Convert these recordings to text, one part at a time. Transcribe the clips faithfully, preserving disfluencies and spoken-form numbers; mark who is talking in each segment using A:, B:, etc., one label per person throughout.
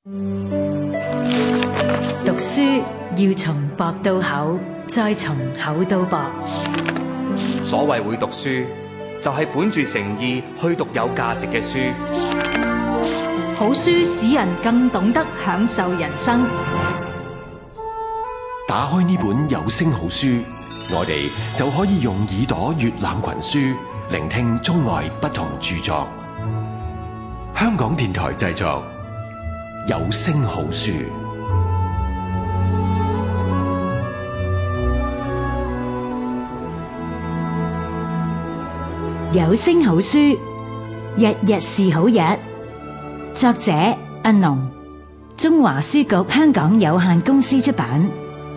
A: 讀書要從薄到厚，再從厚到薄。
B: 所謂會讀書，就係本住誠意去讀有價值嘅書。
C: 好書使人更懂得享受人生。
D: 打開呢本有聲好書，我哋就可以用耳朵閱冷群書，聆聽中外不同著作。香港電台製作，有聲好書。
A: 有聲好書，日日是好日。作者阿濃，中華書局香港有限公司出版。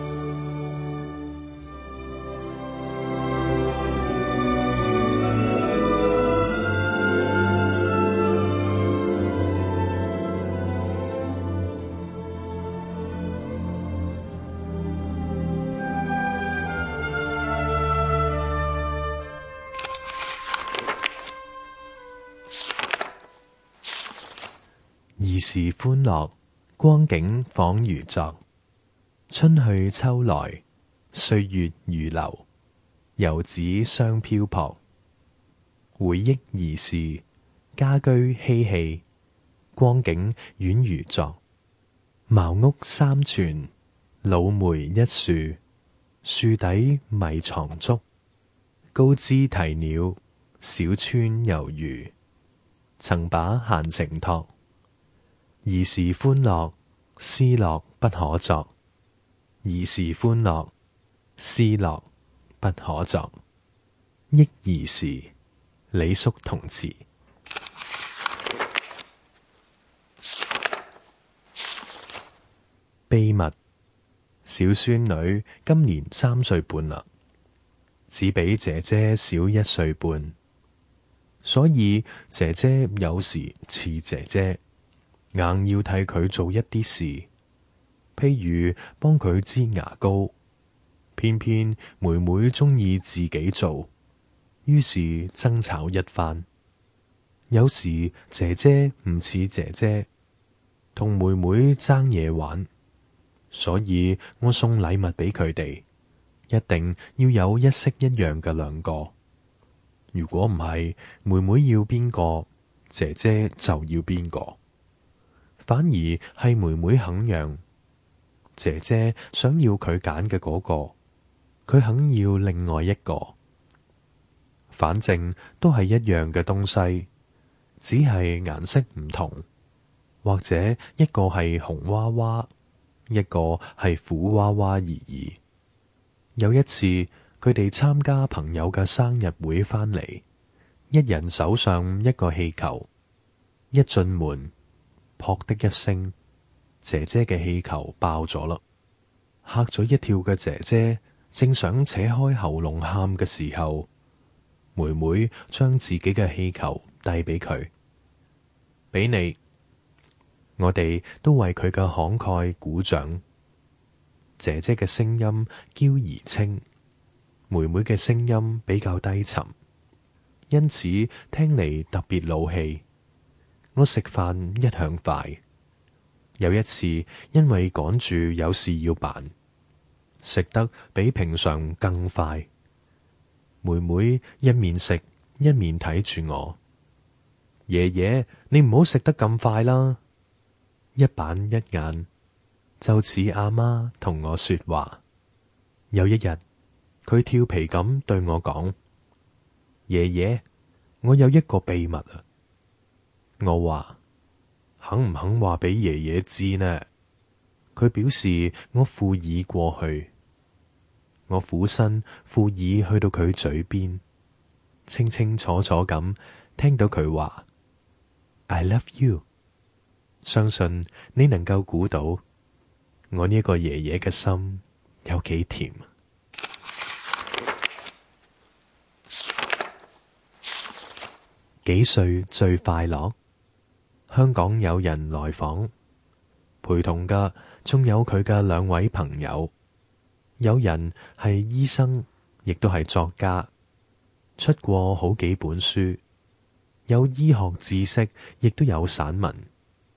E: 兒時歡樂，光景仿如昨。春去秋來，歲月如流，遊子雙漂泊。回憶兒時，家居嬉戲，光景宛如昨。茅屋三泉，老梅一樹，樹底迷藏竹。高枝啼鳥，小村遊魚，曾把閒情託。兒時歡樂，思樂不可作。兒時歡樂，思樂不可作。憶兒時，李叔同詞。秘密，小孫女今年三歲半啦，只比姐姐小一歲半，所以姐姐有時似姐姐。硬要替佢做一啲事，譬如幫佢支牙膏，偏偏妹妹鍾意自己做，於是爭吵一番。有時姐姐唔似姐姐，同妹妹爭嘢玩，所以我送禮物俾佢哋，一定要有一式一樣嘅兩個。如果唔係，妹妹要邊個，姐姐就要邊個。反而係妹妹肯讓，姐姐想要佢揀嘅嗰個，佢肯要另外一個。反正都係一樣嘅東西，只係顏色唔同，或者一個係紅娃娃，一個係苦娃娃而已。有一次，佢哋參加朋友嘅生日會返嚟，一人手上一個氣球，一進門，撲的一聲，姐姐嘅氣球爆咗啦！嚇咗一跳嘅姐姐正想扯開喉嚨喊嘅時候，妹妹將自己嘅氣球遞俾佢，俾你。我哋都為佢嘅慷慨鼓掌。姐姐嘅聲音嬌而清，妹妹嘅聲音比較低沉，因此聽嚟特別老氣。我食飯一向快，有一次因為趕住有事要辦，食得比平常更快。妹妹一面食一面睇住我，爺爺，你唔好食得咁快啦。一板一眼，就似阿媽同我說話。有一日，佢調皮咁對我講：爺爺，我有一個秘密啊！我話，肯唔肯話俾爺爺知呢？佢表示我附耳過去，我俯身附耳去到佢嘴邊，清清楚楚咁聽到佢話 I love you。 相信你能夠估到我呢個爺爺嘅心有幾甜。幾歲最快樂？香港有人來訪，陪同嘅仲有佢嘅兩位朋友，有人係醫生，亦都係作家，出過好幾本書，有醫學知識，亦都有散文。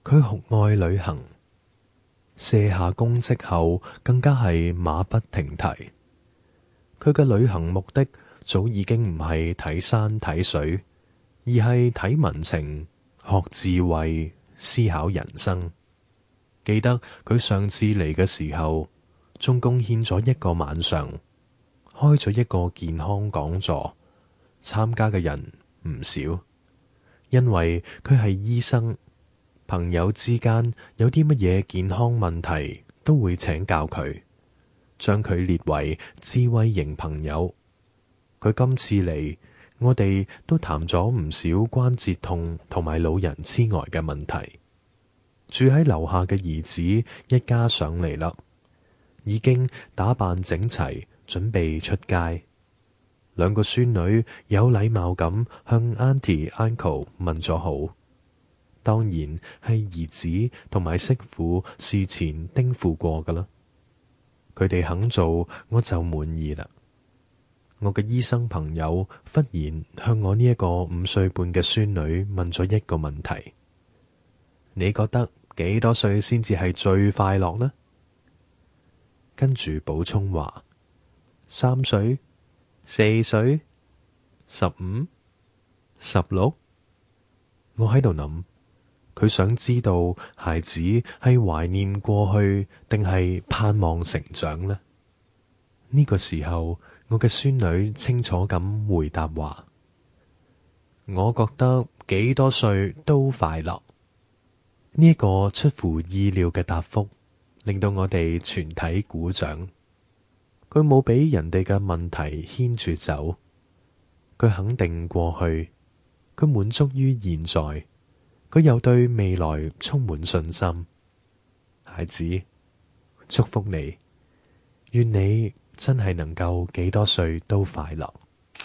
E: 佢酷愛旅行，卸下公職後更加係馬不停蹄。佢嘅旅行目的早已經唔係睇山睇水，而係睇民情、學智慧、思考人生。記得佢上次嚟嘅時候，仲貢獻咗一個晚上，開咗一個健康講座，參加嘅人唔少。因為佢係醫生，朋友之間有啲乜嘢健康問題都會請教佢，將佢列為智慧型朋友。佢今次嚟，我哋都談咗唔少關節痛同埋老人痴呆嘅問題。住喺樓下嘅兒子一家上嚟啦，已經打扮整齊，準備出街。兩個孫女有禮貌咁向 Auntie Uncle 問咗好，當然係兒子同埋媳婦事前叮囑過噶啦。佢哋肯做，我就滿意啦。我嘅醫生朋友忽然向我呢一個五歲半嘅孫女問咗一個問題：你覺得幾多歲先至係最快樂呢？跟住補充話：三歲、四歲、十五、十六。我喺度諗，佢想知道孩子係懷念過去定係盼望成長呢？呢個時候，我嘅孫女清楚咁回答話：我覺得幾多歲都快樂。呢一個出乎意料嘅答覆，令到我哋全體鼓掌。佢冇俾人哋嘅問題牽住走，佢肯定過去，佢滿足於現在，佢又對未來充滿信心。孩子，祝福你，願你真係能夠幾多歲都快樂。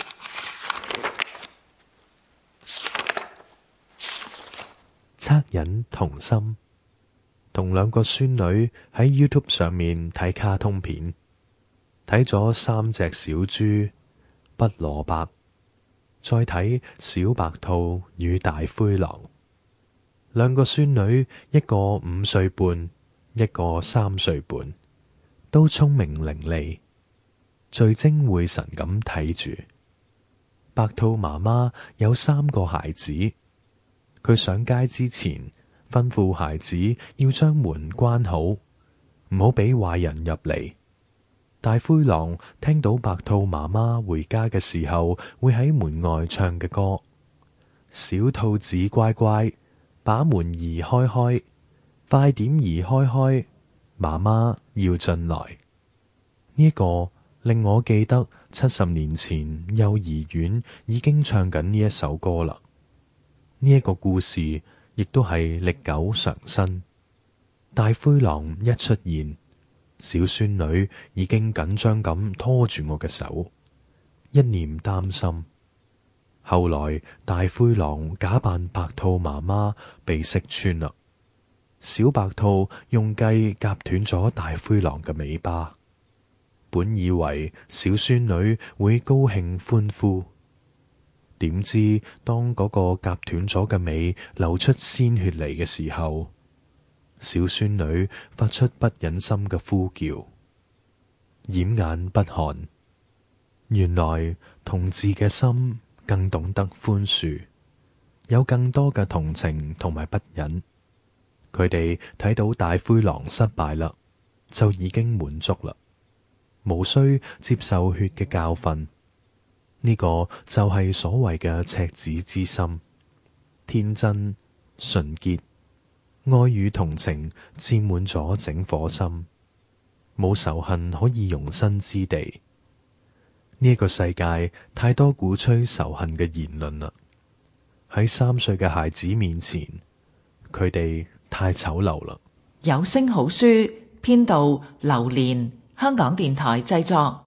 E: 惻隱童心，同兩個孫女喺 YouTube 上面睇卡通片，睇咗三隻小豬、拔蘿蔔，再睇小白兔與大灰狼。兩個孫女，一個五歲半，一個三歲半，都聰明伶俐，聚精會神咁睇住。白兔媽媽有三個孩子，佢上街之前吩咐孩子要將門關好，唔好俾壞人入嚟。大灰狼聽到白兔媽媽回家嘅時候會喺門外唱嘅歌：小兔子乖乖，把門移開開，快點移開開，媽媽要進來。呢一個令我記得七十年前幼兒園已經唱緊呢一首歌啦。呢一個故事亦都係歷久常新。大灰狼一出現，小孫女已經緊張咁拖住我嘅手，一臉擔心。後來大灰狼假扮白兔媽媽被識穿啦，小白兔用計夾斷咗大灰狼嘅尾巴。本以為小孫女會高興歡呼，點知當嗰個夾斷咗嘅尾流出鮮血嚟嘅時候，小孫女發出不忍心嘅呼叫，掩眼不看。原來同志嘅心更懂得寬恕，有更多嘅同情同埋不忍。佢哋睇到大灰狼失敗啦，就已經滿足啦，無需接受血嘅教訓。呢個就係所謂嘅赤子之心，天真純潔，愛與同情佔滿咗整顆心，冇仇恨可以容身之地。呢一個世界太多鼓吹仇恨嘅言論啦，喺三歲嘅孩子面前，佢哋太醜陋啦。
F: 有聲好書編導劉蓮，香港電台製作。